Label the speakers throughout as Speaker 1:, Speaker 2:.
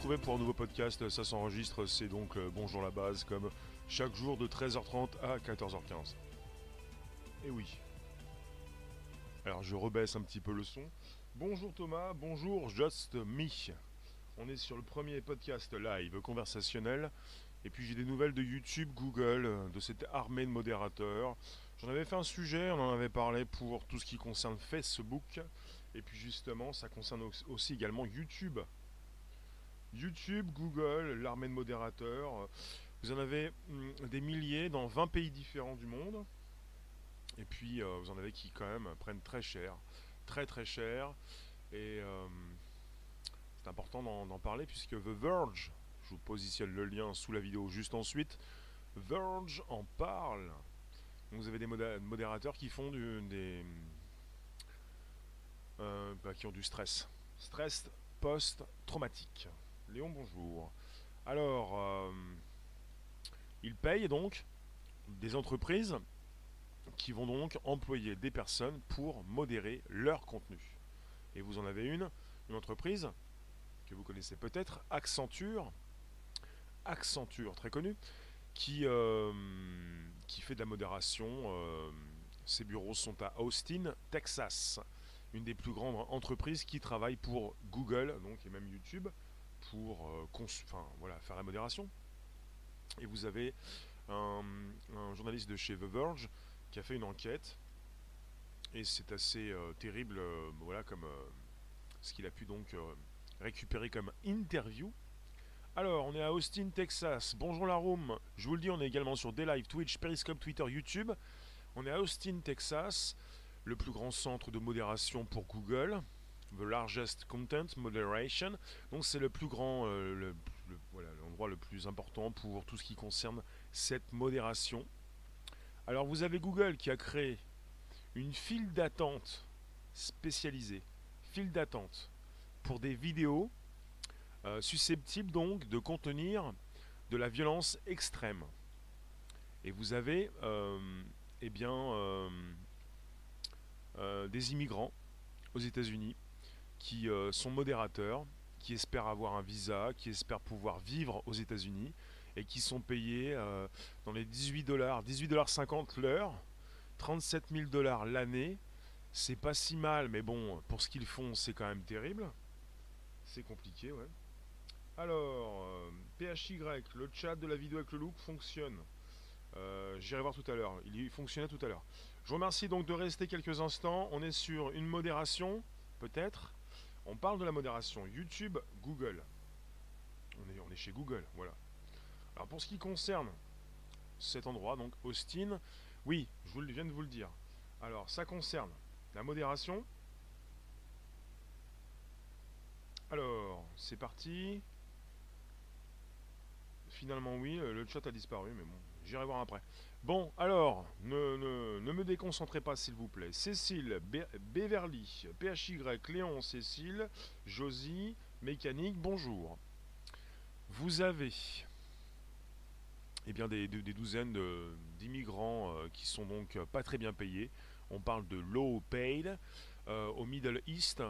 Speaker 1: retrouver pour un nouveau podcast, ça s'enregistre, c'est donc Bonjour la base, comme chaque jour de 13h30 à 14h15. Et oui. Alors je rebaisse un petit peu le son. Bonjour Thomas, bonjour Just Me. On est sur le premier podcast live conversationnel. Et puis j'ai des nouvelles de YouTube, Google, de cette armée de modérateurs. J'en avais fait un sujet, on en avait parlé pour tout ce qui concerne Facebook. Et puis justement, ça concerne aussi également YouTube. YouTube, Google, l'armée de modérateurs. Vous en avez des milliers dans 20 pays différents du monde. Et puis vous en avez qui quand même prennent très cher. Très très cher. Et c'est important d'en parler puisque The Verge, je vous positionne le lien sous la vidéo juste ensuite, Verge en parle. Donc vous avez des modérateurs qui font qui ont du stress. Stress post-traumatique. Léon, bonjour. Alors, ils payent donc des entreprises qui vont donc employer des personnes pour modérer leur contenu. Et vous en avez une entreprise que vous connaissez peut-être, Accenture, très connue, qui fait de la modération. Ses bureaux sont à Austin, Texas. Une des plus grandes entreprises qui travaille pour Google, donc, et même YouTube, pour faire la modération. Et vous avez un journaliste de chez The Verge qui a fait une enquête. Et c'est assez terrible, comme ce qu'il a pu donc récupérer comme interview. Alors, on est à Austin, Texas. Bonjour la room. Je vous le dis, on est également sur DLive, Twitch, Periscope, Twitter, YouTube. On est à Austin, Texas, le plus grand centre de modération pour Google. The largest content moderation. Donc c'est le plus grand, l'endroit le plus important pour tout ce qui concerne cette modération. Alors vous avez Google qui a créé une file d'attente spécialisée, file d'attente pour des vidéos susceptibles donc de contenir de la violence extrême. Et vous avez des immigrants aux États-Unis qui sont modérateurs, qui espèrent avoir un visa, qui espèrent pouvoir vivre aux États-Unis et qui sont payés dans les $18, $18,50 l'heure, 37 000 $ l'année. C'est pas si mal, mais bon, pour ce qu'ils font, c'est quand même terrible. C'est compliqué, ouais. Alors, PHY, le chat de la vidéo avec le look fonctionne. J'irai voir tout à l'heure. Il fonctionnait tout à l'heure. Je vous remercie donc de rester quelques instants. On est sur une modération, peut-être. On parle de la modération YouTube, Google. On est chez Google, voilà. Alors pour ce qui concerne cet endroit, donc Austin, oui, je viens de vous le dire. Alors ça concerne la modération. Alors, c'est parti. Finalement oui, le chat a disparu, mais bon, j'irai voir après. Bon, alors, ne me déconcentrez pas s'il vous plaît. Cécile, Beverly, PHY, Léon, Cécile, Josie, Mécanique, bonjour. Vous avez des douzaines d'immigrants qui sont donc pas très bien payés. On parle de low paid au Middle East.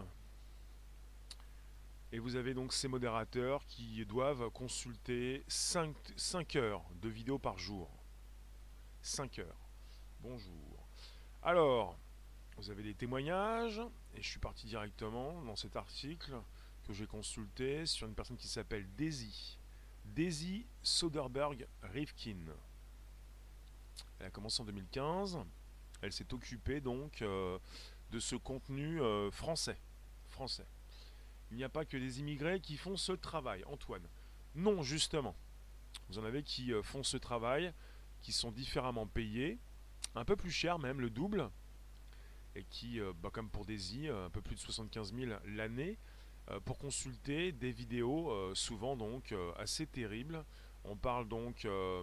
Speaker 1: Et vous avez donc ces modérateurs qui doivent consulter 5 heures de vidéos par jour. 5 heures. Bonjour. Alors, vous avez des témoignages, et je suis parti directement dans cet article que j'ai consulté sur une personne qui s'appelle Daisy Soderberg-Rifkin. Elle a commencé en 2015. Elle s'est occupée donc de ce contenu français. Il n'y a pas que des immigrés qui font ce travail, Antoine. Non, justement. Vous en avez qui font ce travail, qui sont différemment payés, un peu plus cher même, le double, et qui, comme pour Daisy, un peu plus de 75 000 l'année, pour consulter des vidéos souvent donc assez terribles. On parle donc de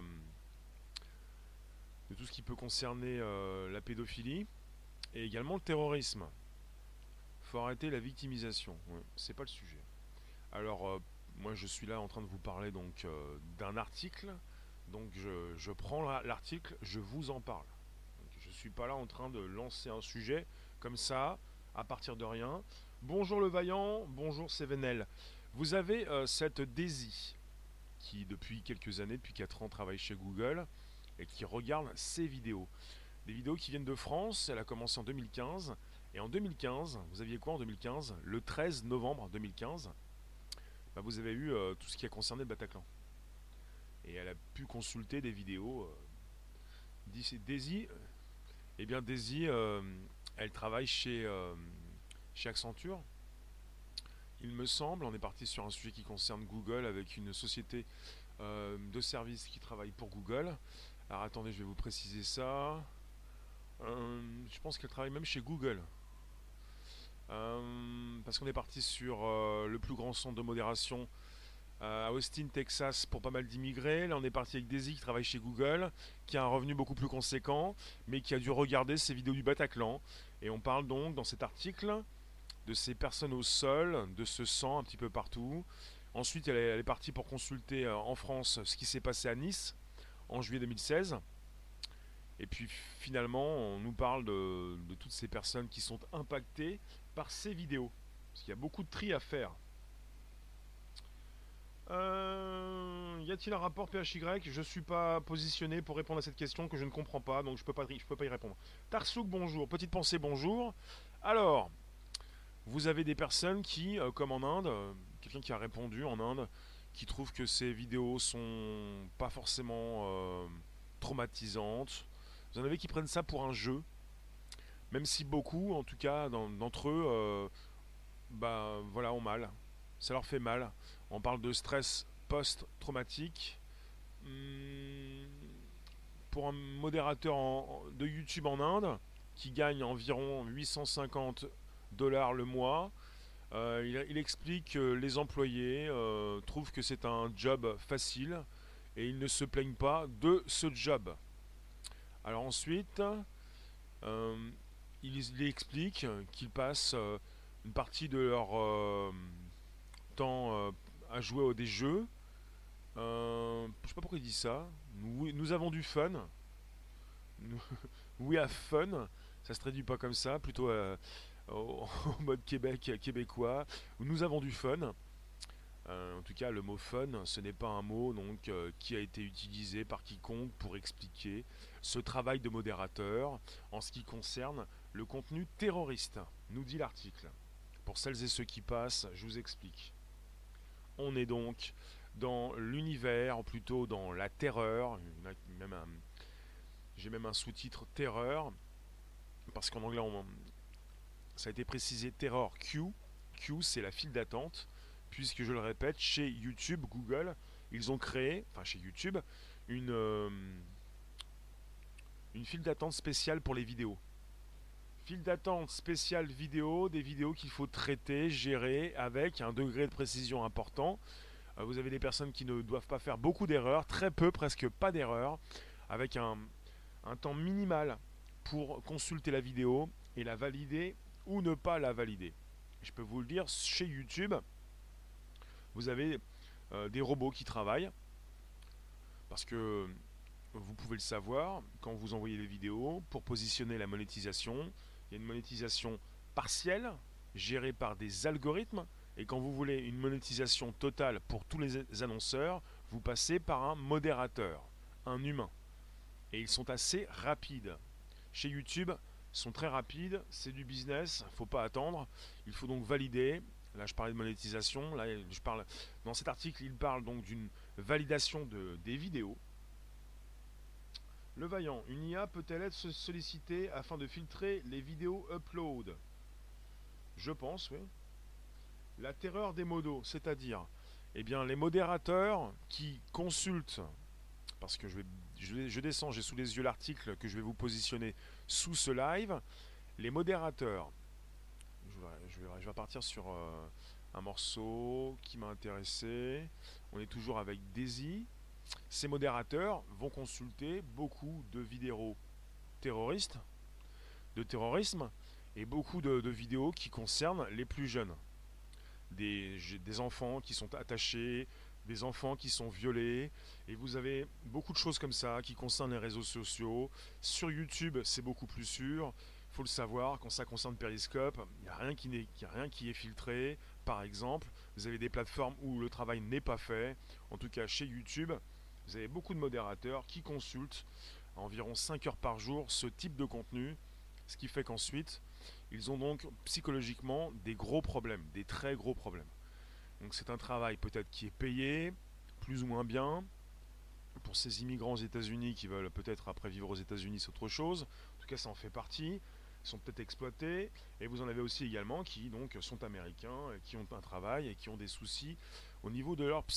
Speaker 1: tout ce qui peut concerner la pédophilie et également le terrorisme. Faut arrêter la victimisation, ouais, c'est pas le sujet. Alors, moi je suis là en train de vous parler donc d'un article, donc je prends l'article, je vous en parle. Donc, je suis pas là en train de lancer un sujet comme ça, à partir de rien. Bonjour le vaillant, bonjour Cévenel. Vous avez cette Daisy qui depuis quelques années, depuis 4 ans, travaille chez Google et qui regarde ces vidéos. Des vidéos qui viennent de France, elle a commencé en 2015. Et en 2015, vous aviez quoi en 2015? Le 13 novembre 2015, bah, vous avez eu tout ce qui a concerné le Bataclan. Et elle a pu consulter des vidéos. Daisy, eh bien Daisy, elle travaille chez Accenture. Il me semble, on est parti sur un sujet qui concerne Google avec une société de services qui travaille pour Google. Alors attendez, je vais vous préciser ça. Je pense qu'elle travaille même chez Google. Parce qu'on est parti sur le plus grand centre de modération à Austin, Texas, pour pas mal d'immigrés. Là, on est parti avec Daisy qui travaille chez Google, qui a un revenu beaucoup plus conséquent, mais qui a dû regarder ces vidéos du Bataclan. Et on parle donc dans cet article de ces personnes au sol, de ce sang un petit peu partout. Ensuite, elle est partie pour consulter en France ce qui s'est passé à Nice en juillet 2016. Et puis finalement, on nous parle de toutes ces personnes qui sont impactées par ces vidéos. Parce qu'il y a beaucoup de tri à faire. Y a-t-il un rapport PHY? Je ne suis pas positionné pour répondre à cette question que je ne comprends pas, donc je peux pas y répondre. Tarsouk, bonjour. Petite pensée, bonjour. Alors, vous avez des personnes qui, comme en Inde, quelqu'un qui a répondu en Inde, qui trouve que ces vidéos sont pas forcément traumatisantes. Vous en avez qui prennent ça pour un jeu, même si beaucoup, en tout cas d'entre eux, bah voilà, ont mal. Ça leur fait mal. On parle de stress post-traumatique. Pour un modérateur de YouTube en Inde, qui gagne environ 850 dollars le mois, il explique que les employés trouvent que c'est un job facile et ils ne se plaignent pas de ce job. Alors ensuite, euh, il explique qu'ils passent une partie de leur temps à jouer à des jeux. Je sais pas pourquoi il dit ça. Nous avons du fun. Nous, we have fun. Ça se traduit pas comme ça, plutôt au mode québécois. Nous avons du fun. En tout cas, le mot fun, ce n'est pas un mot donc qui a été utilisé par quiconque pour expliquer ce travail de modérateur en ce qui concerne le contenu terroriste, nous dit l'article. Pour celles et ceux qui passent, je vous explique. On est donc dans l'univers, ou plutôt dans la terreur. J'ai même un sous-titre terreur, parce qu'en anglais, ça a été précisé terror Q. Q, c'est la file d'attente, puisque je le répète, chez YouTube, Google, ils ont créé, enfin chez YouTube, une file d'attente spéciale pour les vidéos. File d'attente spéciale vidéo, des vidéos qu'il faut traiter, gérer avec un degré de précision important. Vous avez des personnes qui ne doivent pas faire beaucoup d'erreurs, très peu, presque pas d'erreurs, avec un temps minimal pour consulter la vidéo et la valider ou ne pas la valider. Je peux vous le dire, chez YouTube, vous avez des robots qui travaillent, parce que vous pouvez le savoir, quand vous envoyez les vidéos, pour positionner la monétisation, il y a une monétisation partielle, gérée par des algorithmes, et quand vous voulez une monétisation totale pour tous les annonceurs, vous passez par un modérateur, un humain. Et ils sont assez rapides. Chez YouTube, ils sont très rapides, c'est du business, il ne faut pas attendre, il faut donc valider. Là, je parlais de monétisation, là, dans cet article, il parle donc d'une validation des vidéos. Le Vaillant, une IA peut-elle être sollicitée afin de filtrer les vidéos upload? Je pense, oui. La terreur des modos, c'est-à-dire, eh bien, les modérateurs qui consultent, parce que je descends, j'ai sous les yeux l'article que je vais vous positionner sous ce live, les modérateurs, je vais partir sur un morceau qui m'a intéressé, on est toujours avec Daisy. Ces modérateurs vont consulter beaucoup de vidéos terroristes, de terrorisme, et beaucoup de vidéos qui concernent les plus jeunes. Des enfants qui sont attachés, des enfants qui sont violés, et vous avez beaucoup de choses comme ça qui concernent les réseaux sociaux. Sur YouTube, c'est beaucoup plus sûr. Il faut le savoir, quand ça concerne Periscope, il n'y a rien qui est filtré. Par exemple, vous avez des plateformes où le travail n'est pas fait. En tout cas, chez YouTube, vous avez beaucoup de modérateurs qui consultent à environ 5 heures par jour ce type de contenu, ce qui fait qu'ensuite, ils ont donc psychologiquement des gros problèmes, des très gros problèmes. Donc c'est un travail peut-être qui est payé, plus ou moins bien. Pour ces immigrants aux États-Unis qui veulent peut-être après vivre aux États-Unis, c'est autre chose. En tout cas, ça en fait partie. Ils sont peut-être exploités. Et vous en avez aussi également qui donc sont américains, qui ont un travail et qui ont des soucis au niveau de leur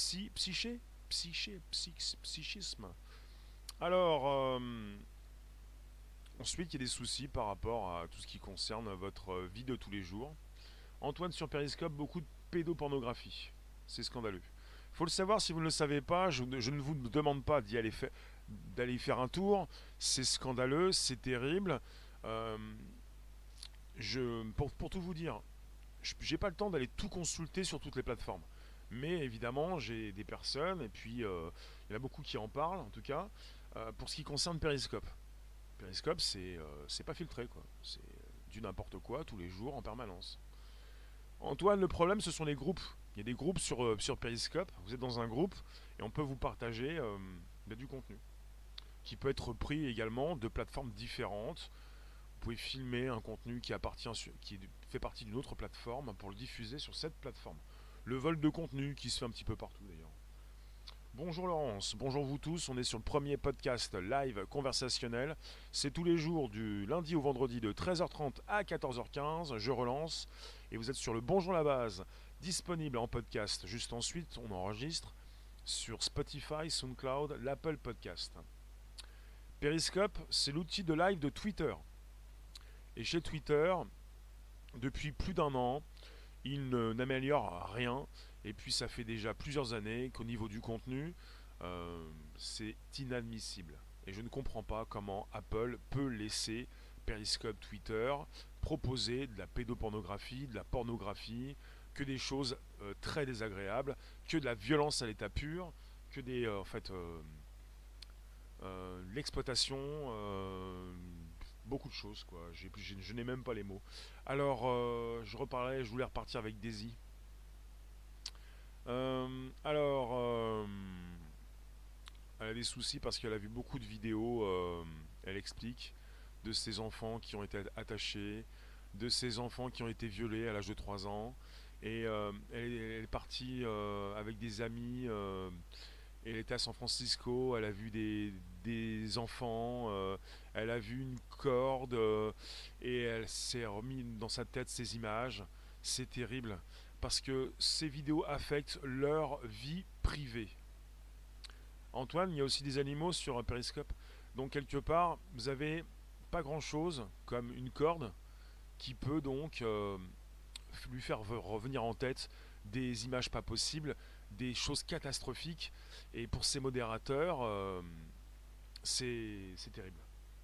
Speaker 1: psychisme. Alors, ensuite, il y a des soucis par rapport à tout ce qui concerne votre vie de tous les jours. Antoine sur Periscope, beaucoup de pédopornographie. C'est scandaleux. Il faut le savoir si vous ne le savez pas, je ne vous demande pas d'aller faire un tour. C'est scandaleux, c'est terrible. Euh, pour tout vous dire, j'ai pas le temps d'aller tout consulter sur toutes les plateformes. Mais évidemment, j'ai des personnes, et puis il y en a beaucoup qui en parlent, en tout cas, pour ce qui concerne Periscope. Periscope, c'est pas filtré, quoi. C'est du n'importe quoi, tous les jours, en permanence. Antoine, le problème, ce sont les groupes. Il y a des groupes sur Periscope. Vous êtes dans un groupe et on peut vous partager du contenu qui peut être pris également de plateformes différentes. Vous pouvez filmer un contenu qui fait partie d'une autre plateforme pour le diffuser sur cette plateforme. Le vol de contenu qui se fait un petit peu partout d'ailleurs. Bonjour Laurence, bonjour vous tous, on est sur le premier podcast live conversationnel. C'est tous les jours du lundi au vendredi de 13h30 à 14h15, je relance. Et vous êtes sur le Bonjour la base, disponible en podcast. Juste ensuite, on enregistre sur Spotify, SoundCloud, l'Apple Podcast. Periscope, c'est l'outil de live de Twitter. Et chez Twitter, depuis plus d'un an, il n'améliore rien. Et puis ça fait déjà plusieurs années qu'au niveau du contenu, c'est inadmissible. Et je ne comprends pas comment Apple peut laisser Periscope Twitter proposer de la pédopornographie, de la pornographie, que des choses très désagréables, que de la violence à l'état pur, que des l'exploitation, beaucoup de choses quoi. Je n'ai même pas les mots. Alors je voulais repartir avec Daisy. Alors, elle a des soucis parce qu'elle a vu beaucoup de vidéos, elle explique, de ses enfants qui ont été attachés, de ses enfants qui ont été violés à l'âge de 3 ans. Et elle est partie avec des amis, elle était à San Francisco, elle a vu des enfants, elle a vu une corde, et elle s'est remis dans sa tête ces images. C'est terrible parce que ces vidéos affectent leur vie privée. Antoine, il y a aussi des animaux sur Periscope. Donc quelque part, vous avez pas grand-chose comme une corde qui peut donc lui faire revenir en tête des images pas possibles, des choses catastrophiques. Et pour ces modérateurs, c'est terrible.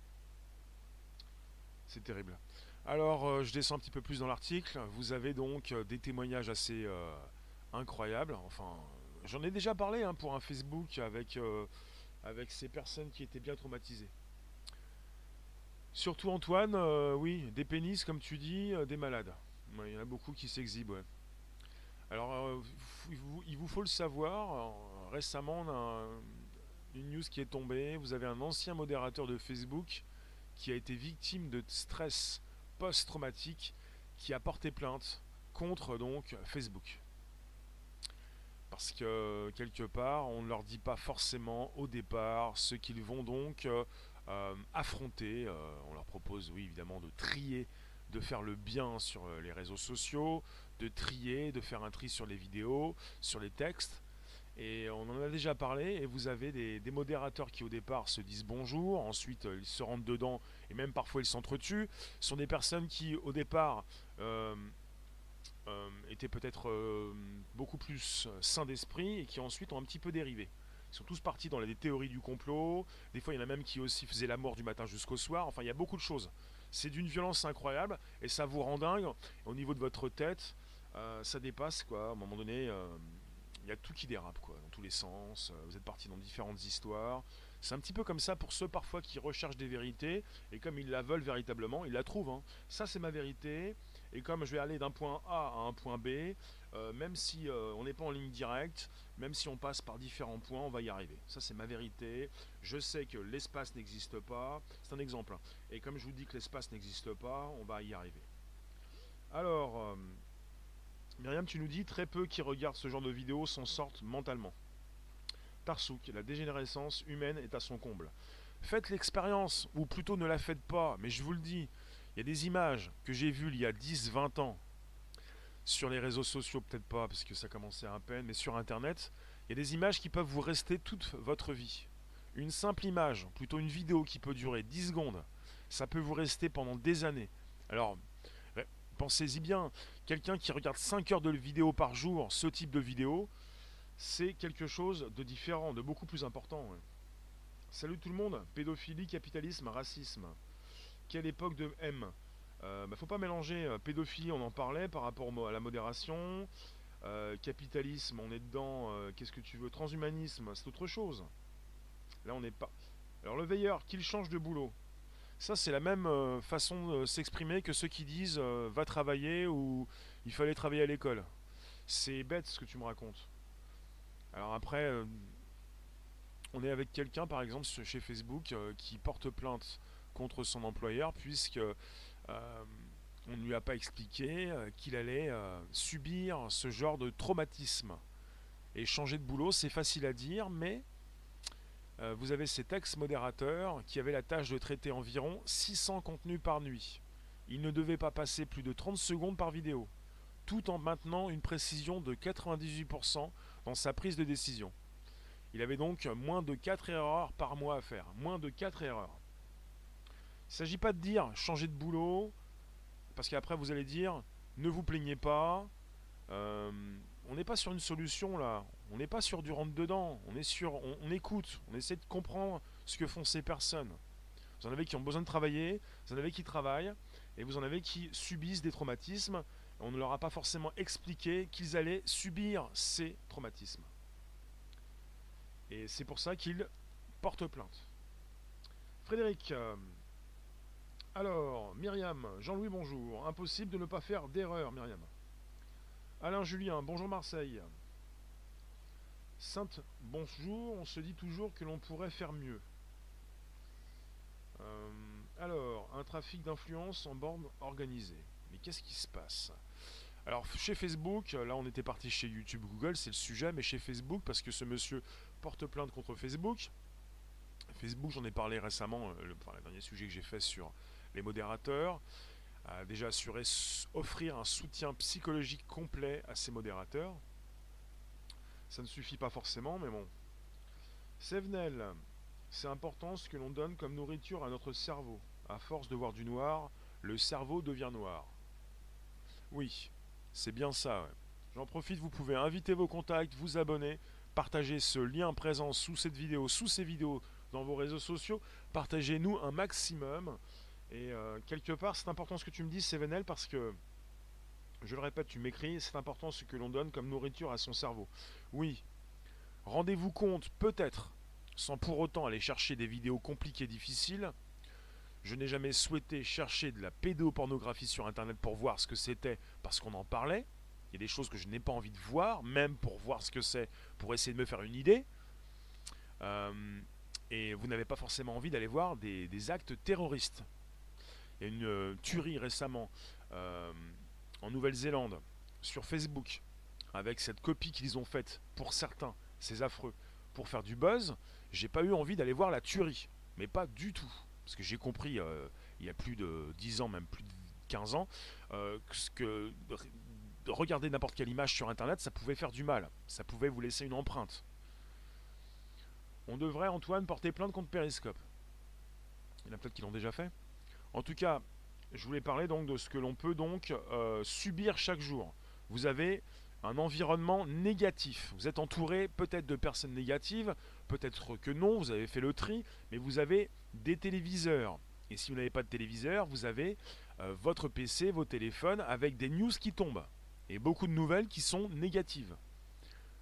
Speaker 1: C'est terrible. Alors, je descends un petit peu plus dans l'article. Vous avez donc des témoignages assez incroyables. Enfin, j'en ai déjà parlé hein, pour un Facebook avec ces personnes qui étaient bien traumatisées. Surtout Antoine, oui, des pénis, comme tu dis, des malades. Ouais, il y en a beaucoup qui s'exhibent, ouais. Alors, il vous faut le savoir. Récemment, on a une news qui est tombée. Vous avez un ancien modérateur de Facebook qui a été victime de stress post-traumatique qui a porté plainte contre donc Facebook. Parce que quelque part, on ne leur dit pas forcément au départ ce qu'ils vont donc affronter. On leur propose, oui, évidemment, de trier, de faire le bien sur les réseaux sociaux, de trier, de faire un tri sur les vidéos, sur les textes. Et on en a déjà parlé, et vous avez des modérateurs qui au départ se disent bonjour, ensuite ils se rentrent dedans, et même parfois ils s'entretuent. Ce sont des personnes qui au départ étaient peut-être beaucoup plus sains d'esprit, et qui ensuite ont un petit peu dérivé. Ils sont tous partis dans des théories du complot, des fois il y en a même qui aussi faisaient la mort du matin jusqu'au soir, enfin il y a beaucoup de choses. C'est d'une violence incroyable, et ça vous rend dingue, au niveau de votre tête, ça dépasse quoi, à un moment donné... il y a tout qui dérape quoi, dans tous les sens. Vous êtes parti dans différentes histoires. C'est un petit peu comme ça pour ceux parfois qui recherchent des vérités, et comme ils la veulent véritablement, ils la trouvent, hein. Ça c'est ma vérité, et comme je vais aller d'un point A à un point B, même si on n'est pas en ligne directe, même si on passe par différents points, on va y arriver. Ça c'est ma vérité. Je sais que l'espace n'existe pas, c'est un exemple, hein. Et comme je vous dis que l'espace n'existe pas, on va y arriver. Alors, Myriam, tu nous dis très peu qui regardent ce genre de vidéos s'en sortent mentalement. Tarsouk, la dégénérescence humaine est à son comble. Faites l'expérience, ou plutôt ne la faites pas, mais je vous le dis, il y a des images que j'ai vues il y a 10-20 ans, sur les réseaux sociaux peut-être pas, parce que ça commençait à peine, mais sur internet, il y a des images qui peuvent vous rester toute votre vie. Une simple image, plutôt une vidéo qui peut durer 10 secondes, ça peut vous rester pendant des années. Alors, pensez-y bien, quelqu'un qui regarde 5 heures de vidéo par jour, ce type de vidéo, c'est quelque chose de différent, de beaucoup plus important. Ouais. Salut tout le monde, pédophilie, capitalisme, racisme. Quelle époque de M? Faut pas mélanger pédophilie, on en parlait par rapport à la modération. Capitalisme, on est dedans, qu'est-ce que tu veux? Transhumanisme, c'est autre chose. Là, on n'est pas. Alors, le veilleur, qu'il change de boulot. Ça, c'est la même façon de s'exprimer que ceux qui disent va travailler ou il fallait travailler à l'école. C'est bête ce que tu me racontes. Alors après, on est avec quelqu'un, par exemple, chez Facebook, qui porte plainte contre son employeur, puisque on ne lui a pas expliqué qu'il allait subir ce genre de traumatisme. Et changer de boulot, c'est facile à dire, mais vous avez cet ex-modérateur qui avait la tâche de traiter environ 600 contenus par nuit. Il ne devait pas passer plus de 30 secondes par vidéo, tout en maintenant une précision de 98% dans sa prise de décision. Il avait donc moins de 4 erreurs par mois à faire. Moins de 4 erreurs. Il ne s'agit pas de dire changer de boulot, parce qu'après vous allez dire ne vous plaignez pas. On n'est pas sur une solution là. On n'est pas sur du rentre-dedans. On écoute. On essaie de comprendre ce que font ces personnes. Vous en avez qui ont besoin de travailler, vous en avez qui travaillent, et vous en avez qui subissent des traumatismes. On ne leur a pas forcément expliqué qu'ils allaient subir ces traumatismes. Et c'est pour ça qu'ils portent plainte. Frédéric, alors, Myriam, Jean-Louis, bonjour. Impossible de ne pas faire d'erreur, Myriam. Alain Julien, bonjour Marseille. Sainte, bonjour, on se dit toujours que l'on pourrait faire mieux. Alors, un trafic d'influence en borne organisée. Mais qu'est-ce qui se passe? Alors, chez Facebook, là on était parti chez YouTube, Google, c'est le sujet, mais chez Facebook, parce que ce monsieur porte plainte contre Facebook. Facebook, j'en ai parlé récemment, le dernier sujet que j'ai fait sur les modérateurs, a déjà assuré offrir un soutien psychologique complet à ces modérateurs. Ça ne suffit pas forcément, mais bon. Sevenel, c'est important ce que l'on donne comme nourriture à notre cerveau. À force de voir du noir, le cerveau devient noir. Oui, c'est bien ça. Ouais. J'en profite, vous pouvez inviter vos contacts, vous abonner, partager ce lien présent sous cette vidéo, sous ces vidéos dans vos réseaux sociaux. Partagez-nous un maximum. Et quelque part, c'est important ce que tu me dis, Sevenel, parce que, je le répète, tu m'écris, c'est important ce que l'on donne comme nourriture à son cerveau. Oui, rendez-vous compte, peut-être, sans pour autant aller chercher des vidéos compliquées, difficiles. Je n'ai jamais souhaité chercher de la pédopornographie sur Internet pour voir ce que c'était, parce qu'on en parlait. Il y a des choses que je n'ai pas envie de voir, même pour voir ce que c'est, pour essayer de me faire une idée. Et vous n'avez pas forcément envie d'aller voir des actes terroristes. Il y a une tuerie récemment en Nouvelle-Zélande sur Facebook avec cette copie qu'ils ont faite pour certains, c'est affreux, pour faire du buzz. J'ai pas eu envie d'aller voir la tuerie, mais pas du tout, parce que j'ai compris il y a plus de 10 ans, même plus de 15 ans, que regarder n'importe quelle image sur internet, ça pouvait faire du mal, ça pouvait vous laisser une empreinte. On devrait, Antoine, porter plainte contre Periscope. Il y en a peut-être qui l'ont déjà fait. En tout cas, je voulais parler donc de ce que l'on peut donc subir chaque jour. Vous avez un environnement négatif. Vous êtes entouré peut-être de personnes négatives, peut-être que non, vous avez fait le tri, mais vous avez des téléviseurs. Et si vous n'avez pas de téléviseur, vous avez votre PC, vos téléphones avec des news qui tombent. Et beaucoup de nouvelles qui sont négatives.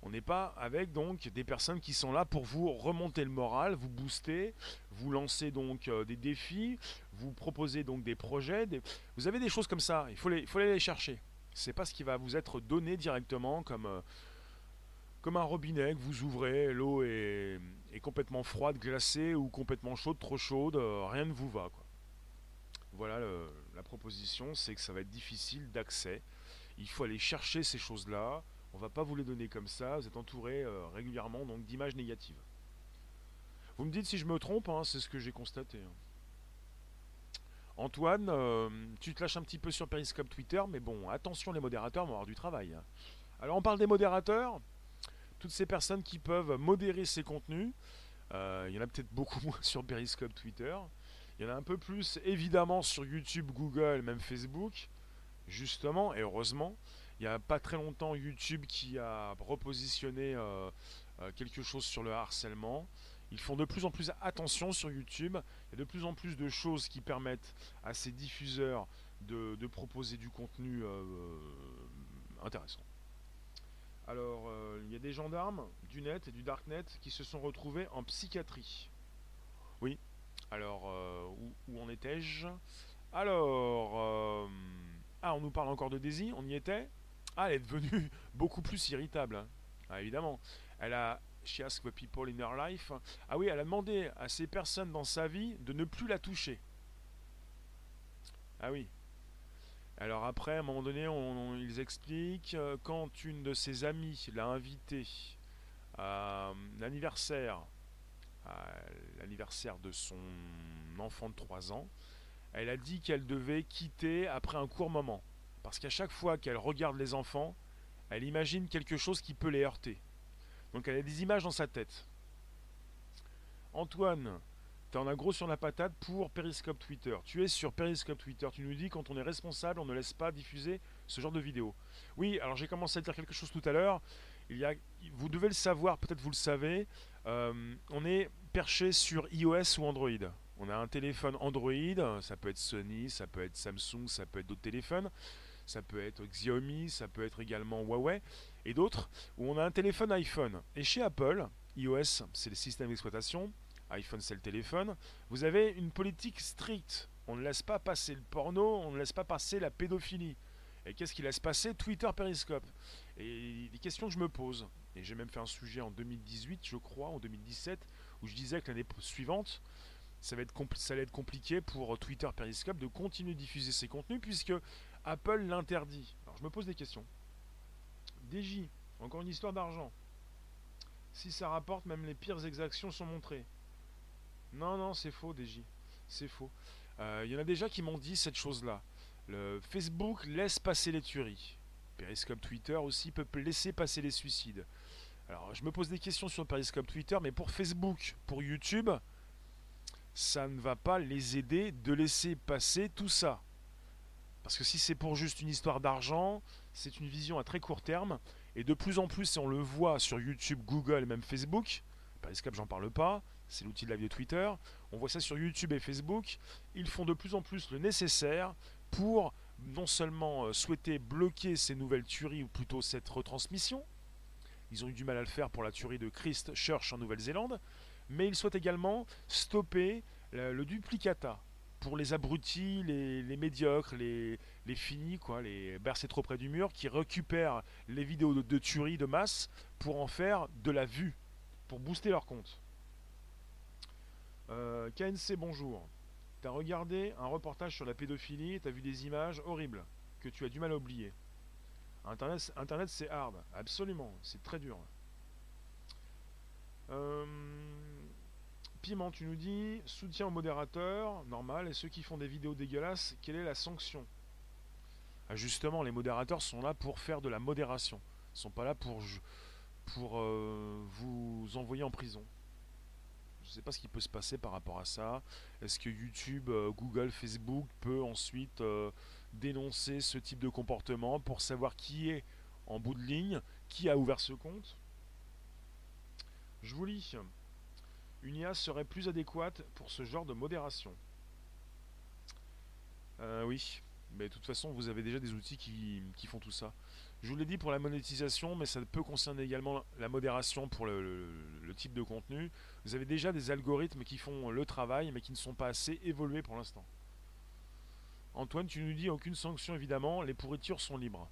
Speaker 1: On n'est pas avec donc des personnes qui sont là pour vous remonter le moral, vous booster, vous lancer donc des défis, vous proposer donc des projets. Vous avez des choses comme ça, il faut aller les chercher. C'est pas ce qui va vous être donné directement comme un robinet que vous ouvrez, l'eau est complètement froide, glacée ou complètement chaude, trop chaude, rien ne vous va, quoi. Voilà la proposition, c'est que ça va être difficile d'accès. Il faut aller chercher ces choses-là. On va pas vous les donner comme ça. Vous êtes entouré régulièrement donc d'images négatives. Vous me dites si je me trompe, hein, c'est ce que j'ai constaté, hein. Antoine, tu te lâches un petit peu sur Periscope Twitter, mais bon, attention, les modérateurs vont avoir du travail, hein. Alors on parle des modérateurs, toutes ces personnes qui peuvent modérer ces contenus. Il y en a peut-être beaucoup moins sur Periscope Twitter. Il y en a un peu plus évidemment sur YouTube, Google, même Facebook. Justement, et heureusement, il n'y a pas très longtemps YouTube qui a repositionné quelque chose sur le harcèlement. Ils font de plus en plus attention sur YouTube. Il y a de plus en plus de choses qui permettent à ces diffuseurs de proposer du contenu intéressant. Alors, il y a des gendarmes du net et du darknet qui se sont retrouvés en psychiatrie. Oui. Alors, où en étais-je? Alors, on nous parle encore de Daisy, on y était. Ah, elle est devenue beaucoup plus irritable, hein. Ah, évidemment. She asked the people in her life. Ah oui, elle a demandé à ces personnes dans sa vie de ne plus la toucher. Ah oui. Alors après, à un moment donné, ils expliquent quand une de ses amies l'a invitée à l'anniversaire, à l'anniversaire de son enfant de 3 ans, elle a dit qu'elle devait quitter après un court moment. Parce qu'à chaque fois qu'elle regarde les enfants, elle imagine quelque chose qui peut les heurter. Donc elle a des images dans sa tête. Antoine, t'en as gros sur la patate pour Periscope Twitter. Tu es sur Periscope Twitter. Tu nous dis quand on est responsable, on ne laisse pas diffuser ce genre de vidéos. Oui, alors j'ai commencé à dire quelque chose tout à l'heure. Vous devez le savoir, peut-être vous le savez. On est perché sur iOS ou Android. On a un téléphone Android, ça peut être Sony, ça peut être Samsung, ça peut être d'autres téléphones, ça peut être Xiaomi, ça peut être également Huawei et d'autres, où on a un téléphone iPhone. Et chez Apple, iOS c'est le système d'exploitation, iPhone c'est le téléphone, vous avez une politique stricte. On ne laisse pas passer le porno, on ne laisse pas passer la pédophilie. Et qu'est-ce qui laisse passer? Twitter Periscope. Et des questions que je me pose, et j'ai même fait un sujet en 2018, je crois, en 2017, où je disais que l'année suivante, ça allait être compliqué pour Twitter Periscope de continuer de diffuser ses contenus puisque Apple l'interdit. Alors je me pose des questions. DJ, encore une histoire d'argent. Si ça rapporte, même les pires exactions sont montrées. Non, non, c'est faux, DJ. C'est faux. Il y en a déjà qui m'ont dit cette chose-là. Le Facebook laisse passer les tueries. Periscope Twitter aussi peut laisser passer les suicides. Alors je me pose des questions sur Periscope Twitter, mais pour Facebook, pour YouTube, ça ne va pas les aider de laisser passer tout ça. Parce que si c'est pour juste une histoire d'argent, c'est une vision à très court terme. Et de plus en plus, et on le voit sur YouTube, Google et même Facebook, Periscope j'en parle pas, c'est l'outil de live de Twitter, on voit ça sur YouTube et Facebook, ils font de plus en plus le nécessaire pour non seulement souhaiter bloquer ces nouvelles tueries, ou plutôt cette retransmission, ils ont eu du mal à le faire pour la tuerie de Christchurch en Nouvelle-Zélande, mais ils souhaitent également stopper le duplicata pour les abrutis, les médiocres, les finis, quoi, les bercés trop près du mur, qui récupèrent les vidéos de tuerie de masse pour en faire de la vue, pour booster leur compte. KNC, bonjour. T'as regardé un reportage sur la pédophilie et t'as vu des images horribles que tu as du mal à oublier. Internet c'est hard, absolument, c'est très dur. Piment, tu nous dis soutien aux modérateurs, normal, et ceux qui font des vidéos dégueulasses, quelle est la sanction? Ah, justement, les modérateurs sont là pour faire de la modération. Ils sont pas là pour vous envoyer en prison. Je ne sais pas ce qui peut se passer par rapport à ça. Est-ce que YouTube, Google, Facebook peut ensuite dénoncer ce type de comportement pour savoir qui est en bout de ligne, qui a ouvert ce compte? Je vous lis. Une IA serait plus adéquate pour ce genre de modération. Oui. Mais de toute façon, vous avez déjà des outils qui font tout ça. Je vous l'ai dit pour la monétisation, mais ça peut concerner également la modération pour le type de contenu. Vous avez déjà des algorithmes qui font le travail, mais qui ne sont pas assez évolués pour l'instant. Antoine, tu nous dis aucune sanction évidemment, les pourritures sont libres.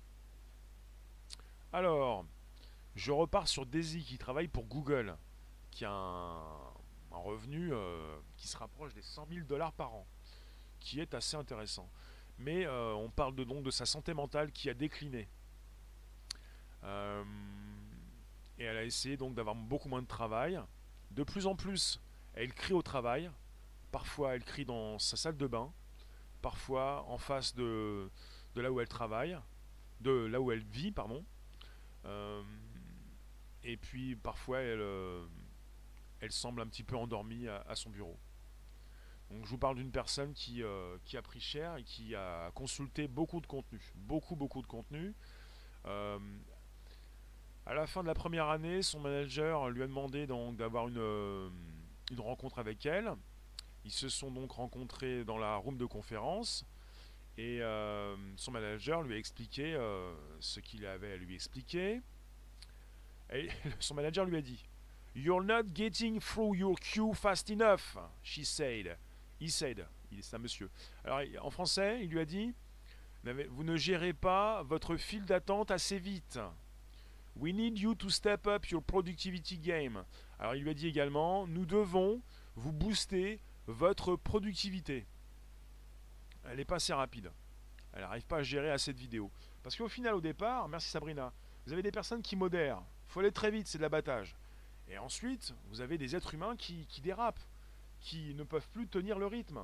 Speaker 1: Alors, je repars sur Daisy qui travaille pour Google, qui a un revenu qui se rapproche des 100 000 dollars par an, qui est assez intéressant. Mais on parle donc de sa santé mentale qui a décliné. Euh, et elle a essayé donc d'avoir beaucoup moins de travail. De plus en plus, elle crie au travail. Parfois, elle crie dans sa salle de bain. Parfois, en face de là où elle travaille. De là où elle vit, pardon. Euh, et puis, parfois, elle semble un petit peu endormie à son bureau. Donc, je vous parle d'une personne qui a pris cher et qui a consulté beaucoup de contenu. Beaucoup de contenu. Euh, À la fin de la première année, son manager lui a demandé donc d'avoir une rencontre avec elle. Ils se sont donc rencontrés dans la room de conférence et son manager lui a expliqué ce qu'il avait à lui expliquer. Et son manager lui a dit "You're not getting through your queue fast enough," she said. He said. C'est un monsieur. Alors en français, il lui a dit "Vous ne gérez pas votre file d'attente assez vite. We need you to step up your productivity game." Alors il lui a dit également, nous devons vous booster votre productivité. Elle n'est pas assez rapide. Elle n'arrive pas à gérer assez de vidéos. Parce qu'au final, au départ, merci Sabrina, vous avez des personnes qui modèrent. Il faut aller très vite, c'est de l'abattage. Et ensuite, vous avez des êtres humains qui dérapent, qui ne peuvent plus tenir le rythme.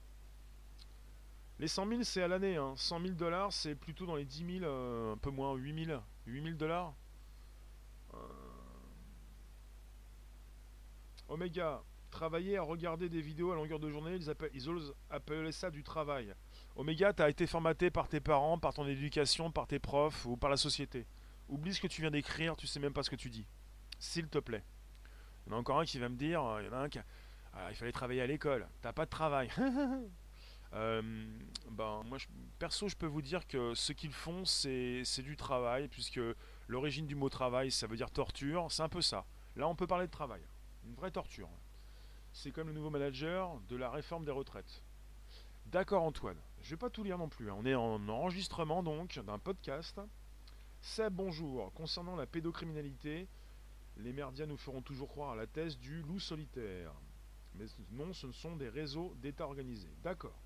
Speaker 1: Les 100 000, c'est à l'année. 100 000 dollars, c'est plutôt dans les 10 000, un peu moins, 8 000 dollars. Oméga, travailler à regarder des vidéos à longueur de journée, ils osent appeler ça du travail. Oméga, t'as été formaté par tes parents, par ton éducation, par tes profs ou par la société. Oublie ce que tu viens d'écrire, tu sais même pas ce que tu dis. S'il te plaît. Il y en a encore un qui va me dire, il y en a un qui il fallait travailler à l'école. T'as pas de travail. Euh, moi, perso, je peux vous dire que ce qu'ils font, c'est du travail, puisque l'origine du mot travail, ça veut dire torture. C'est un peu ça. Là, on peut parler de travail. Une vraie torture. C'est comme le nouveau manager de la réforme des retraites. D'accord, Antoine. Je vais pas tout lire non plus. On est en enregistrement donc d'un podcast. Seb, bonjour. Concernant la pédocriminalité, les médias nous feront toujours croire à la thèse du loup solitaire. Mais non, ce ne sont des réseaux d'État organisés. D'accord.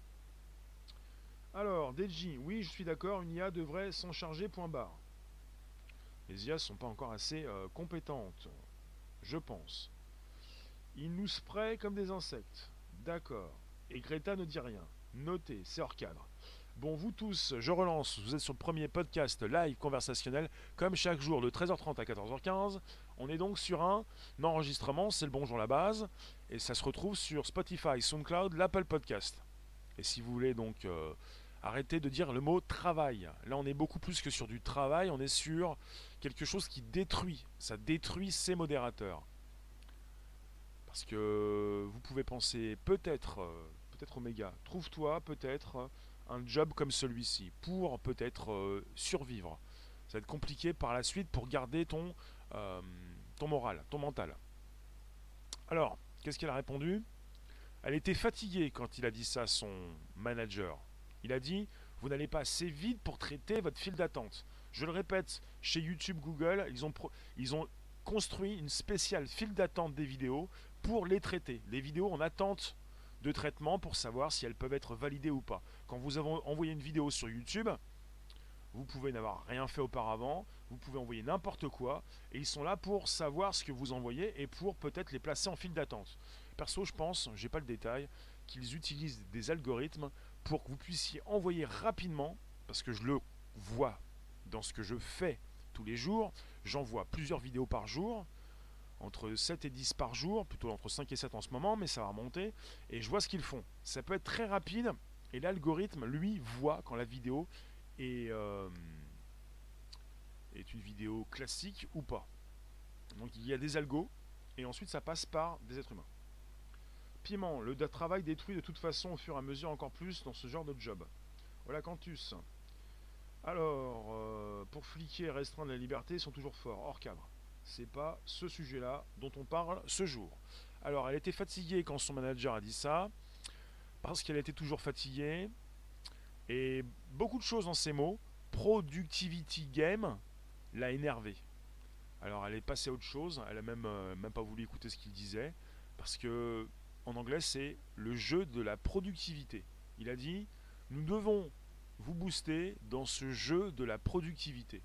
Speaker 1: Alors, Deji, oui, je suis d'accord, une IA devrait s'en charger, point barre. Les IA ne sont pas encore assez compétentes, je pense. Ils nous sprayent comme des insectes. D'accord. Et Greta ne dit rien. Notez, c'est hors cadre. Bon, vous tous, je relance. Vous êtes sur le premier podcast live conversationnel, comme chaque jour de 13h30 à 14h15. On est donc sur un enregistrement, c'est le bonjour la base. Et ça se retrouve sur Spotify, SoundCloud, l'Apple Podcast. Et si vous voulez donc arrêter de dire le mot travail. Là, on est beaucoup plus que sur du travail, on est sur quelque chose qui détruit. Ça détruit ses modérateurs. Parce que vous pouvez penser peut-être Oméga, trouve-toi peut-être un job comme celui-ci pour peut-être survivre. Ça va être compliqué par la suite pour garder ton moral, ton mental. Alors, qu'est-ce qu'elle a répondu? Elle était fatiguée quand il a dit ça à son manager. Il a dit, vous n'allez pas assez vite pour traiter votre file d'attente. Je le répète, chez YouTube, Google, ils ont construit une spéciale file d'attente des vidéos pour les traiter. Les vidéos en attente de traitement pour savoir si elles peuvent être validées ou pas. Quand vous avez envoyé une vidéo sur YouTube, vous pouvez n'avoir rien fait auparavant, vous pouvez envoyer n'importe quoi, et ils sont là pour savoir ce que vous envoyez et pour peut-être les placer en file d'attente. Perso, je pense, j'ai pas le détail, qu'ils utilisent des algorithmes pour que vous puissiez envoyer rapidement, parce que je le vois dans ce que je fais tous les jours, j'envoie plusieurs vidéos par jour, entre 7 et 10 par jour, plutôt entre 5 et 7 en ce moment, mais ça va remonter, et je vois ce qu'ils font. Ça peut être très rapide, et l'algorithme, lui, voit quand la vidéo est une vidéo classique ou pas. Donc il y a des algos, et ensuite ça passe par des êtres humains. Piment, le travail détruit de toute façon au fur et à mesure encore plus dans ce genre de job. Voilà Cantus. Alors, pour fliquer et restreindre la liberté, ils sont toujours forts, hors cadre. C'est pas ce sujet-là dont on parle ce jour. Alors, elle était fatiguée quand son manager a dit ça, parce qu'elle était toujours fatiguée, et beaucoup de choses dans ces mots, productivity game, l'a énervée. Alors, elle est passée à autre chose, elle a même pas voulu écouter ce qu'il disait, parce que en anglais, c'est le jeu de la productivité. Il a dit, nous devons vous booster dans ce jeu de la productivité.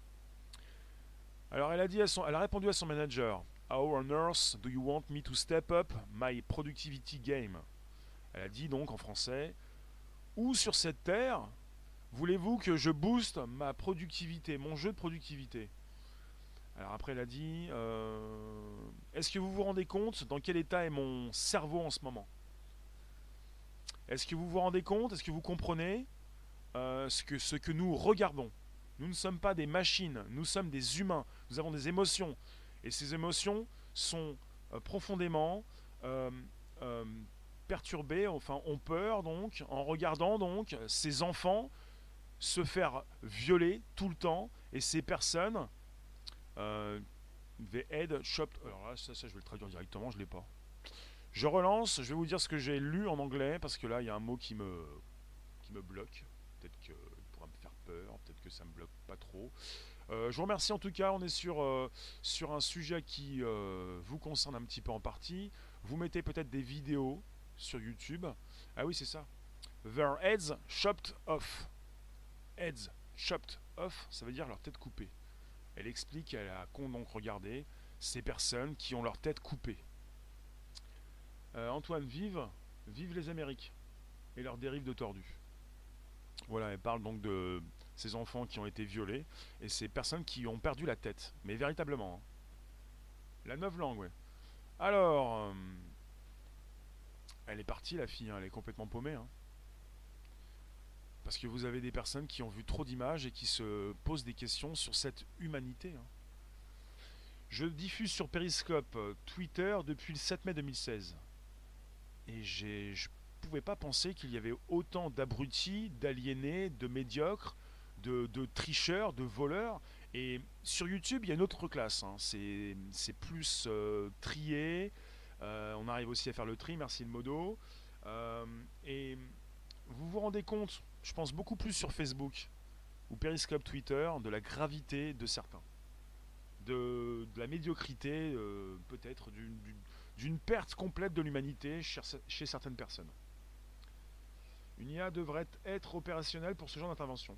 Speaker 1: Alors elle a répondu à son manager. How on earth do you want me to step up my productivity game? Elle a dit donc en français, où sur cette terre voulez-vous que je booste ma productivité, mon jeu de productivité? Alors après elle a dit, est-ce que vous vous rendez compte dans quel état est mon cerveau en ce moment? Est-ce que vous vous rendez compte, est-ce que vous comprenez ce que nous regardons? Nous ne sommes pas des machines, nous sommes des humains, nous avons des émotions. Et ces émotions sont profondément euh, euh, perturbées, enfin ont peur donc, en regardant donc ces enfants se faire violer tout le temps, et ces personnes, the head chopped. Alors là, ça je vais le traduire directement, je ne l'ai pas. Je relance, je vais vous dire ce que j'ai lu en anglais, parce que là il y a un mot qui me bloque. Peut-être qu'il pourra me faire peur, peut-être que ça me bloque pas trop. Je vous remercie en tout cas, on est sur un sujet qui vous concerne un petit peu en partie. Vous mettez peut-être des vidéos sur YouTube. Ah oui, c'est ça. Their heads chopped off. Heads chopped off, ça veut dire leur tête coupée. Elle explique, elle a donc regardé ces personnes qui ont leur tête coupée. Antoine, vive les Amériques et leurs dérives de tordus. Voilà, elle parle donc de ces enfants qui ont été violés et ces personnes qui ont perdu la tête, mais véritablement. Hein. La neuve langue, ouais. Alors, elle est partie la fille, hein, elle est complètement paumée. Hein. Parce que vous avez des personnes qui ont vu trop d'images et qui se posent des questions sur cette humanité. Hein. Je diffuse sur Periscope Twitter depuis le 7 mai 2016. Et je pouvais pas penser qu'il y avait autant d'abrutis, d'aliénés, de médiocres, de tricheurs, de voleurs. Et sur YouTube, il y a une autre classe. Hein. C'est plus trié. On arrive aussi à faire le tri, merci le modo. Et vous vous rendez compte, je pense beaucoup plus sur Facebook ou Periscope Twitter, de la gravité de certains. De la médiocrité, peut-être d'une perte complète de l'humanité chez certaines personnes. Une IA devrait être opérationnelle pour ce genre d'intervention.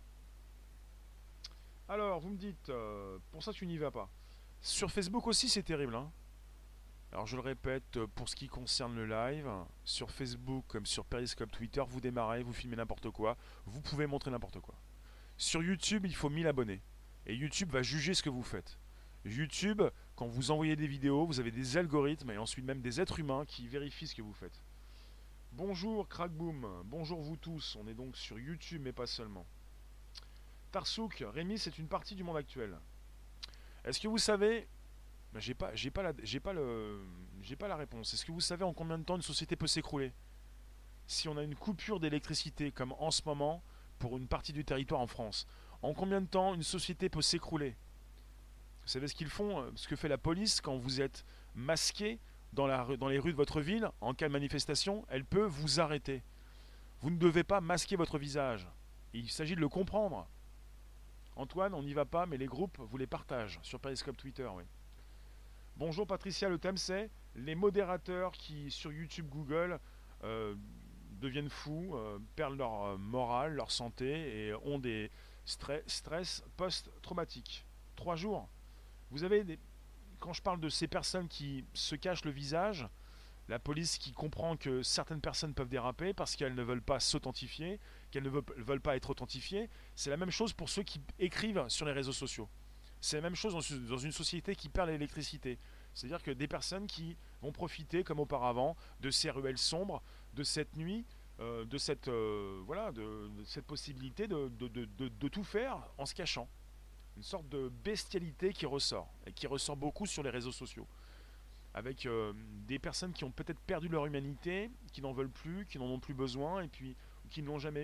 Speaker 1: Alors, vous me dites, pour ça tu n'y vas pas. Sur Facebook aussi c'est terrible. Hein. Alors je le répète, pour ce qui concerne le live, sur Facebook comme sur Periscope Twitter, vous démarrez, vous filmez n'importe quoi, vous pouvez montrer n'importe quoi. Sur YouTube, il faut 1000 abonnés. Et YouTube va juger ce que vous faites. YouTube, quand vous envoyez des vidéos, vous avez des algorithmes et ensuite même des êtres humains qui vérifient ce que vous faites. Bonjour Crackboom, bonjour vous tous, on est donc sur YouTube mais pas seulement. Tarsouk, Rémi, c'est une partie du monde actuel. Est-ce que vous savez... Ben, j'ai pas la réponse. Est-ce que vous savez en combien de temps une société peut s'écrouler? Si on a une coupure d'électricité comme en ce moment pour une partie du territoire en France, en combien de temps une société peut s'écrouler? Vous savez ce qu'ils font, ce que fait la police quand vous êtes masqué dans les rues de votre ville, en cas de manifestation, elle peut vous arrêter. Vous ne devez pas masquer votre visage. Il s'agit de le comprendre. Antoine, on n'y va pas, mais les groupes, vous les partagent sur Periscope Twitter, oui. Bonjour Patricia, le thème c'est les modérateurs qui sur YouTube, Google deviennent fous, perdent leur morale, leur santé et ont des stress post-traumatiques. 3 jours. Vous avez des... Quand je parle de ces personnes qui se cachent le visage, la police qui comprend que certaines personnes peuvent déraper parce qu'elles ne veulent pas s'authentifier, qu'elles ne veulent pas être authentifiées, c'est la même chose pour ceux qui écrivent sur les réseaux sociaux. C'est la même chose dans une société qui perd l'électricité. C'est-à-dire que des personnes qui vont profiter, comme auparavant, de ces ruelles sombres, de cette nuit, de cette possibilité de tout faire en se cachant. Une sorte de bestialité qui ressort, et qui ressort beaucoup sur les réseaux sociaux. Avec des personnes qui ont peut-être perdu leur humanité, qui n'en veulent plus, qui n'en ont plus besoin, et puis qui ne l'ont jamais eu,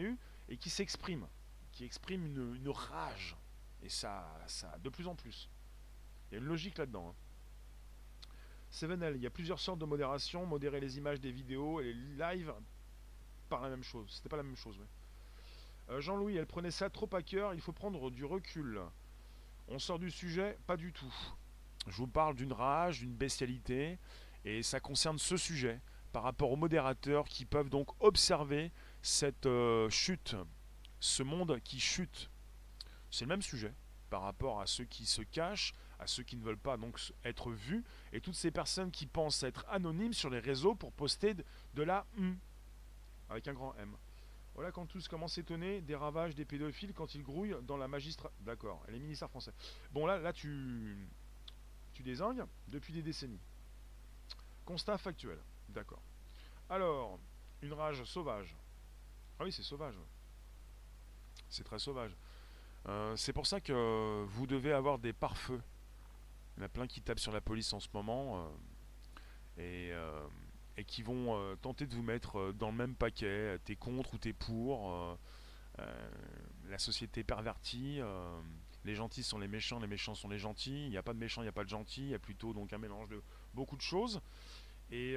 Speaker 1: et qui exprime une rage. Et ça, de plus en plus. Il y a une logique là-dedans. Hein. Sevenel, il y a plusieurs sortes de modération. Modérer les images des vidéos et les lives par la même chose. C'était pas la même chose, ouais. Jean-Louis, elle prenait ça trop à cœur. Il faut prendre du recul. On sort du sujet, pas du tout. Je vous parle d'une rage, d'une bestialité, et ça concerne ce sujet par rapport aux modérateurs qui peuvent donc observer cette chute, ce monde qui chute. C'est le même sujet par rapport à ceux qui se cachent, à ceux qui ne veulent pas donc être vus, et toutes ces personnes qui pensent être anonymes sur les réseaux pour poster de la avec un grand M. Voilà quand tous commencent à s'étonner des ravages des pédophiles quand ils grouillent dans la magistrature. D'accord, et les ministères français. Bon là tu désingues depuis des décennies. Constat factuel. D'accord. Alors, une rage sauvage. Ah oui, c'est sauvage. C'est très sauvage. C'est pour ça que vous devez avoir des pare-feux. Il y en a plein qui tapent sur la police en ce moment et, euh, et qui vont tenter de vous mettre dans le même paquet. T'es contre ou t'es pour. La société pervertie. Les gentils sont les méchants sont les gentils. Il n'y a pas de méchants, il n'y a pas de gentils. Il y a plutôt donc un mélange de beaucoup de choses. Et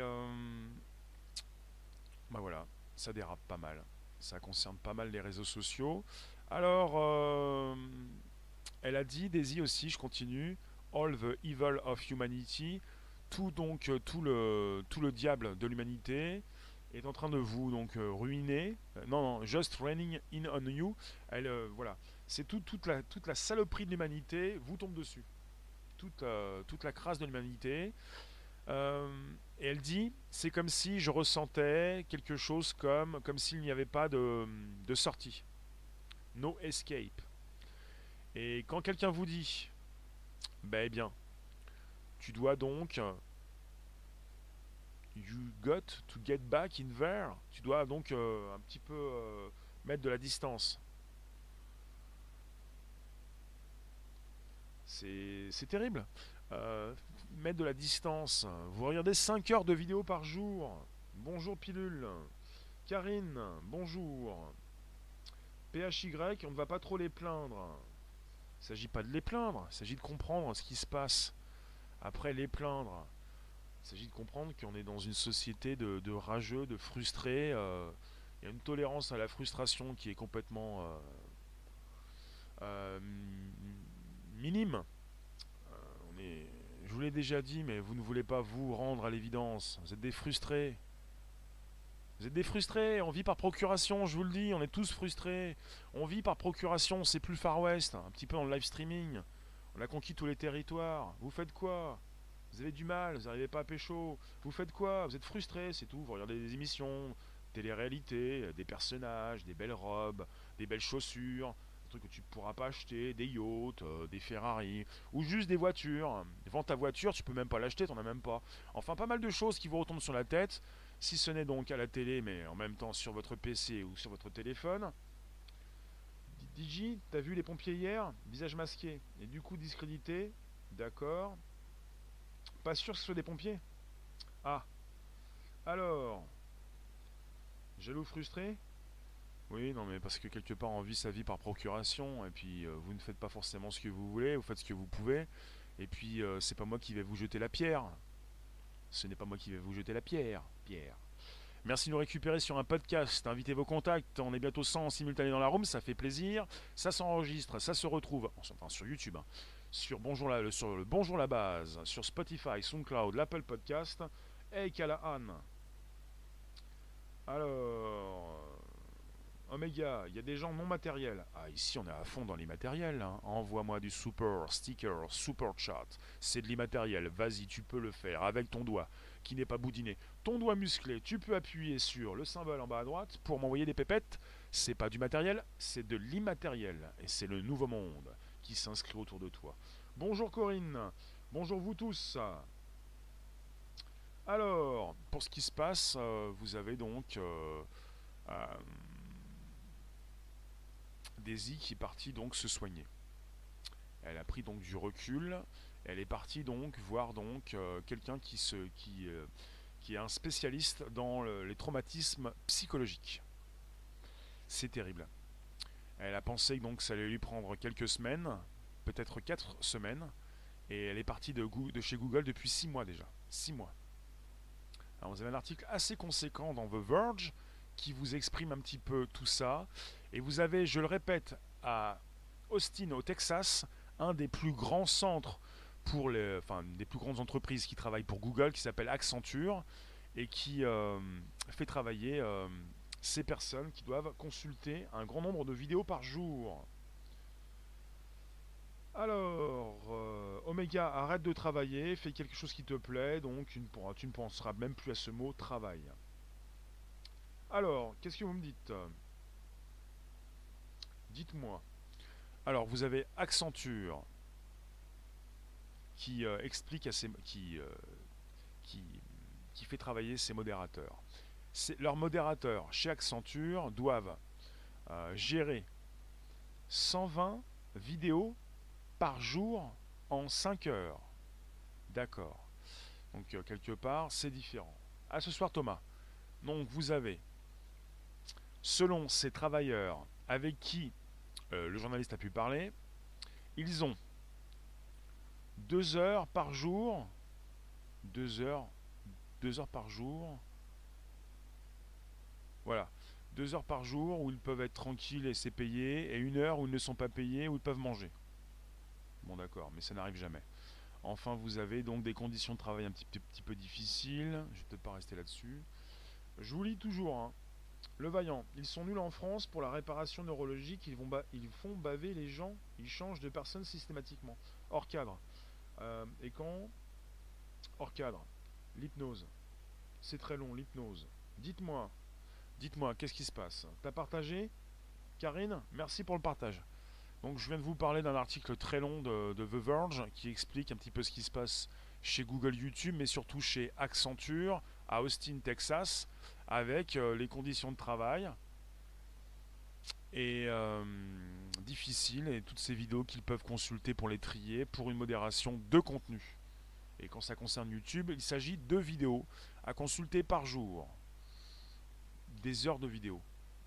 Speaker 1: bah voilà, ça dérape pas mal. Ça concerne pas mal les réseaux sociaux. Alors, elle a dit, Daisy aussi, je continue, All the evil of humanity, tout donc tout le diable de l'humanité est en train de vous donc ruiner. Non, just raining in on you. Elle, voilà, c'est toute la saloperie de l'humanité vous tombe dessus. Toute la crasse de l'humanité. Et elle dit, c'est comme si je ressentais quelque chose comme s'il n'y avait pas de sortie. No escape. Et quand quelqu'un vous dit, ben eh bien, tu dois donc, you got to get back in there, tu dois donc un petit peu mettre de la distance. C'est terrible. Mettre de la distance. Vous regardez 5 heures de vidéos par jour. Bonjour Pilule. Karine, bonjour. PHY, on ne va pas trop les plaindre. Il ne s'agit pas de les plaindre, il s'agit de comprendre ce qui se passe. Après les plaindre, il s'agit de comprendre qu'on est dans une société de rageux, de frustrés. Il y a une tolérance à la frustration qui est complètement euh, minime. Je vous l'ai déjà dit, mais vous ne voulez pas vous rendre à l'évidence. Vous êtes des frustrés. Vous êtes des frustrés, on vit par procuration, je vous le dis, on est tous frustrés. On vit par procuration, c'est plus le Far West, un petit peu dans le live streaming. On a conquis tous les territoires. Vous faites quoi? Vous avez du mal, vous n'arrivez pas à pécho. Vous faites quoi? Vous êtes frustrés, c'est tout. Vous regardez des émissions, télé-réalité, des personnages, des belles robes, des belles chaussures, des trucs que tu ne pourras pas acheter, des yachts, des Ferrari, ou juste des voitures. Vends ta voiture, tu peux même pas l'acheter, t'en as même pas. Enfin, pas mal de choses qui vous retombent sur la tête, si ce n'est donc à la télé, mais en même temps sur votre PC ou sur votre téléphone. Digi, t'as vu les pompiers hier? Visage masqué. Et du coup discrédité. D'accord. Pas sûr que ce soit des pompiers? Ah. Alors. Jaloux frustré? Oui, non mais parce que quelque part on vit sa vie par procuration. Et puis vous ne faites pas forcément ce que vous voulez. Vous faites ce que vous pouvez. Et puis c'est pas moi qui vais vous jeter la pierre. Ce n'est pas moi qui vais vous jeter la pierre. Pierre. Merci de nous récupérer sur un podcast. Invitez vos contacts. On est bientôt 100 en simultané dans la room. Ça fait plaisir. Ça s'enregistre. Ça se retrouve. Enfin, sur YouTube. Hein, sur sur le Bonjour la base. Sur Spotify, SoundCloud, l'Apple Podcast. Et Callahan. Alors. Omega, il y a des gens non matériels. Ah, ici on est à fond dans l'immatériel. Hein. Envoie-moi du super sticker, super chat. C'est de l'immatériel. Vas-y, tu peux le faire avec ton doigt qui n'est pas boudiné. Ton doigt musclé, tu peux appuyer sur le symbole en bas à droite pour m'envoyer des pépettes. C'est pas du matériel, c'est de l'immatériel. Et c'est le nouveau monde qui s'inscrit autour de toi. Bonjour Corinne. Bonjour vous tous. Alors, pour ce qui se passe, vous avez donc euh, Daisy qui est partie donc se soigner. Elle a pris donc du recul. Elle est partie donc voir donc quelqu'un qui est un spécialiste dans les traumatismes psychologiques. C'est terrible. Elle a pensé donc que ça allait lui prendre quelques semaines, peut-être 4 semaines, et elle est partie de chez Google depuis 6 mois déjà. 6 mois. Alors vous avez un article assez conséquent dans The Verge qui vous exprime un petit peu tout ça. Et vous avez, je le répète, à Austin, au Texas, un des plus grands centres pour les, enfin, des plus grandes entreprises qui travaillent pour Google, qui s'appelle Accenture, et qui fait travailler ces personnes qui doivent consulter un grand nombre de vidéos par jour. Alors, Omega, arrête de travailler, fais quelque chose qui te plaît, donc tu ne penseras même plus à ce mot travail. Alors, qu'est-ce que vous me dites? Dites-moi. Alors, vous avez Accenture qui explique à ses, qui, qui fait travailler ses modérateurs. Leurs modérateurs chez Accenture doivent gérer 120 vidéos par jour en 5 heures. D'accord. Donc quelque part, c'est différent. À ce soir, Thomas. Donc vous avez, selon ces travailleurs avec qui le journaliste a pu parler, ils ont 2 heures par jour, 2 heures, 2 heures par jour, voilà, 2 heures par jour où ils peuvent être tranquilles et c'est payé, et 1 heure où ils ne sont pas payés, où ils peuvent manger. Bon d'accord, mais ça n'arrive jamais. Enfin, vous avez donc des conditions de travail un petit peu difficiles. Je vais peut-être pas rester là-dessus. Je vous lis toujours. Hein. Le Vaillant. Ils sont nuls en France pour la réparation neurologique. Ils font baver les gens. Ils changent de personne systématiquement. Hors cadre. Et quand hors cadre. L'hypnose. C'est très long, l'hypnose. Dites-moi. Dites-moi, qu'est-ce qui se passe? T'as partagé, Karine? Merci pour le partage. Donc je viens de vous parler d'un article très long de The Verge qui explique un petit peu ce qui se passe chez Google YouTube, mais surtout chez Accenture, à Austin, Texas, avec les conditions de travail et difficiles, et toutes ces vidéos qu'ils peuvent consulter pour les trier pour une modération de contenu. Et quand ça concerne YouTube, il s'agit de vidéos à consulter par jour. Des heures de vidéos.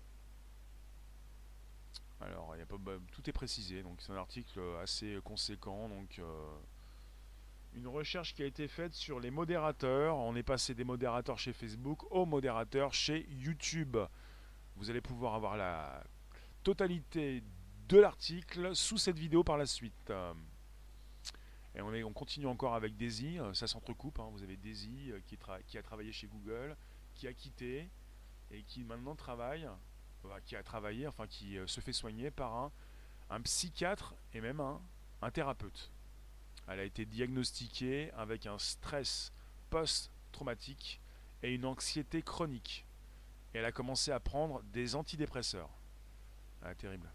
Speaker 1: Alors, y a pas, tout est précisé, donc c'est un article assez conséquent. Donc, une recherche qui a été faite sur les modérateurs. On est passé des modérateurs chez Facebook aux modérateurs chez YouTube. Vous allez pouvoir avoir la totalité de l'article sous cette vidéo par la suite. Et on continue encore avec Daisy, ça s'entrecoupe. Hein. Vous avez Daisy qui a travaillé chez Google, qui a quitté et qui maintenant travaille, qui a travaillé, enfin qui se fait soigner par un psychiatre et même un thérapeute. Elle a été diagnostiquée avec un stress post-traumatique et une anxiété chronique. Et elle a commencé à prendre des antidépresseurs. Ah, terrible.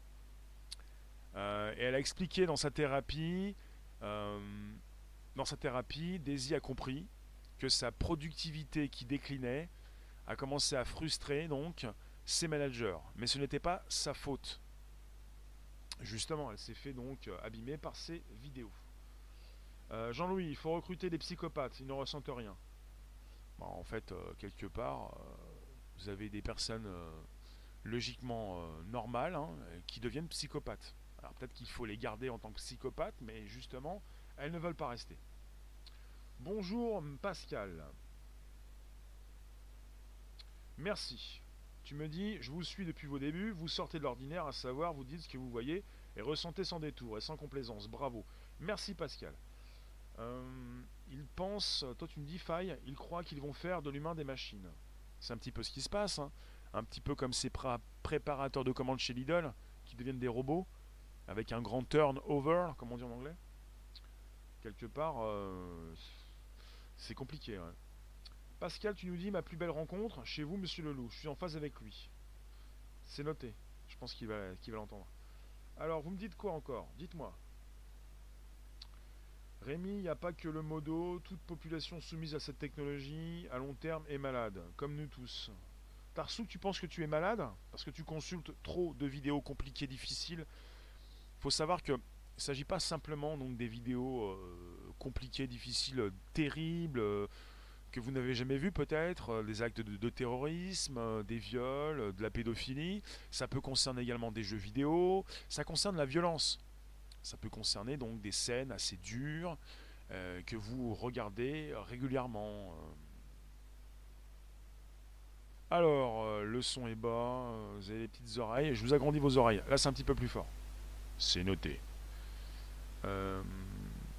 Speaker 1: Et elle a expliqué euh, dans sa thérapie, Daisy a compris que sa productivité qui déclinait a commencé à frustrer donc ses managers. Mais ce n'était pas sa faute. Justement, elle s'est fait donc abîmer par ces vidéos. Jean-Louis, il faut recruter des psychopathes, ils ne ressentent rien. Bon, en fait, quelque part, vous avez des personnes logiquement normales qui deviennent psychopathes. Alors peut-être qu'il faut les garder en tant que psychopathes, mais justement, elles ne veulent pas rester. Bonjour Pascal. Merci. Tu me dis, je vous suis depuis vos débuts, vous sortez de l'ordinaire, à savoir, vous dites ce que vous voyez et ressentez sans détour et sans complaisance. Bravo. Merci Pascal. Ils pensent, toi tu me dis faille, ils croient qu'ils vont faire de l'humain des machines. C'est un petit peu ce qui se passe, hein. Un petit peu comme ces préparateurs de commandes chez Lidl qui deviennent des robots avec un grand turnover, comme on dit en anglais. Quelque part, c'est compliqué. Ouais. Pascal, tu nous dis ma plus belle rencontre chez vous, Monsieur Leloup. Je suis en phase avec lui. C'est noté. Je pense qu'il va l'entendre. Alors, vous me dites quoi encore? Dites-moi. Rémi, il n'y a pas que le modo. Toute population soumise à cette technologie, à long terme, est malade. Comme nous tous. Tarsou, tu penses que tu es malade? Parce que tu consultes trop de vidéos compliquées, difficiles. Il faut savoir que il ne s'agit pas simplement donc, des vidéos compliquées, difficiles, terribles, que vous n'avez jamais vu peut-être, des actes de terrorisme, des viols, de la pédophilie. Ça peut concerner également des jeux vidéo. Ça concerne la violence. Ça peut concerner donc des scènes assez dures que vous regardez régulièrement. Alors, le son est bas, vous avez les petites oreilles. Je vous agrandis vos oreilles. Là, c'est un petit peu plus fort. C'est noté. Euh,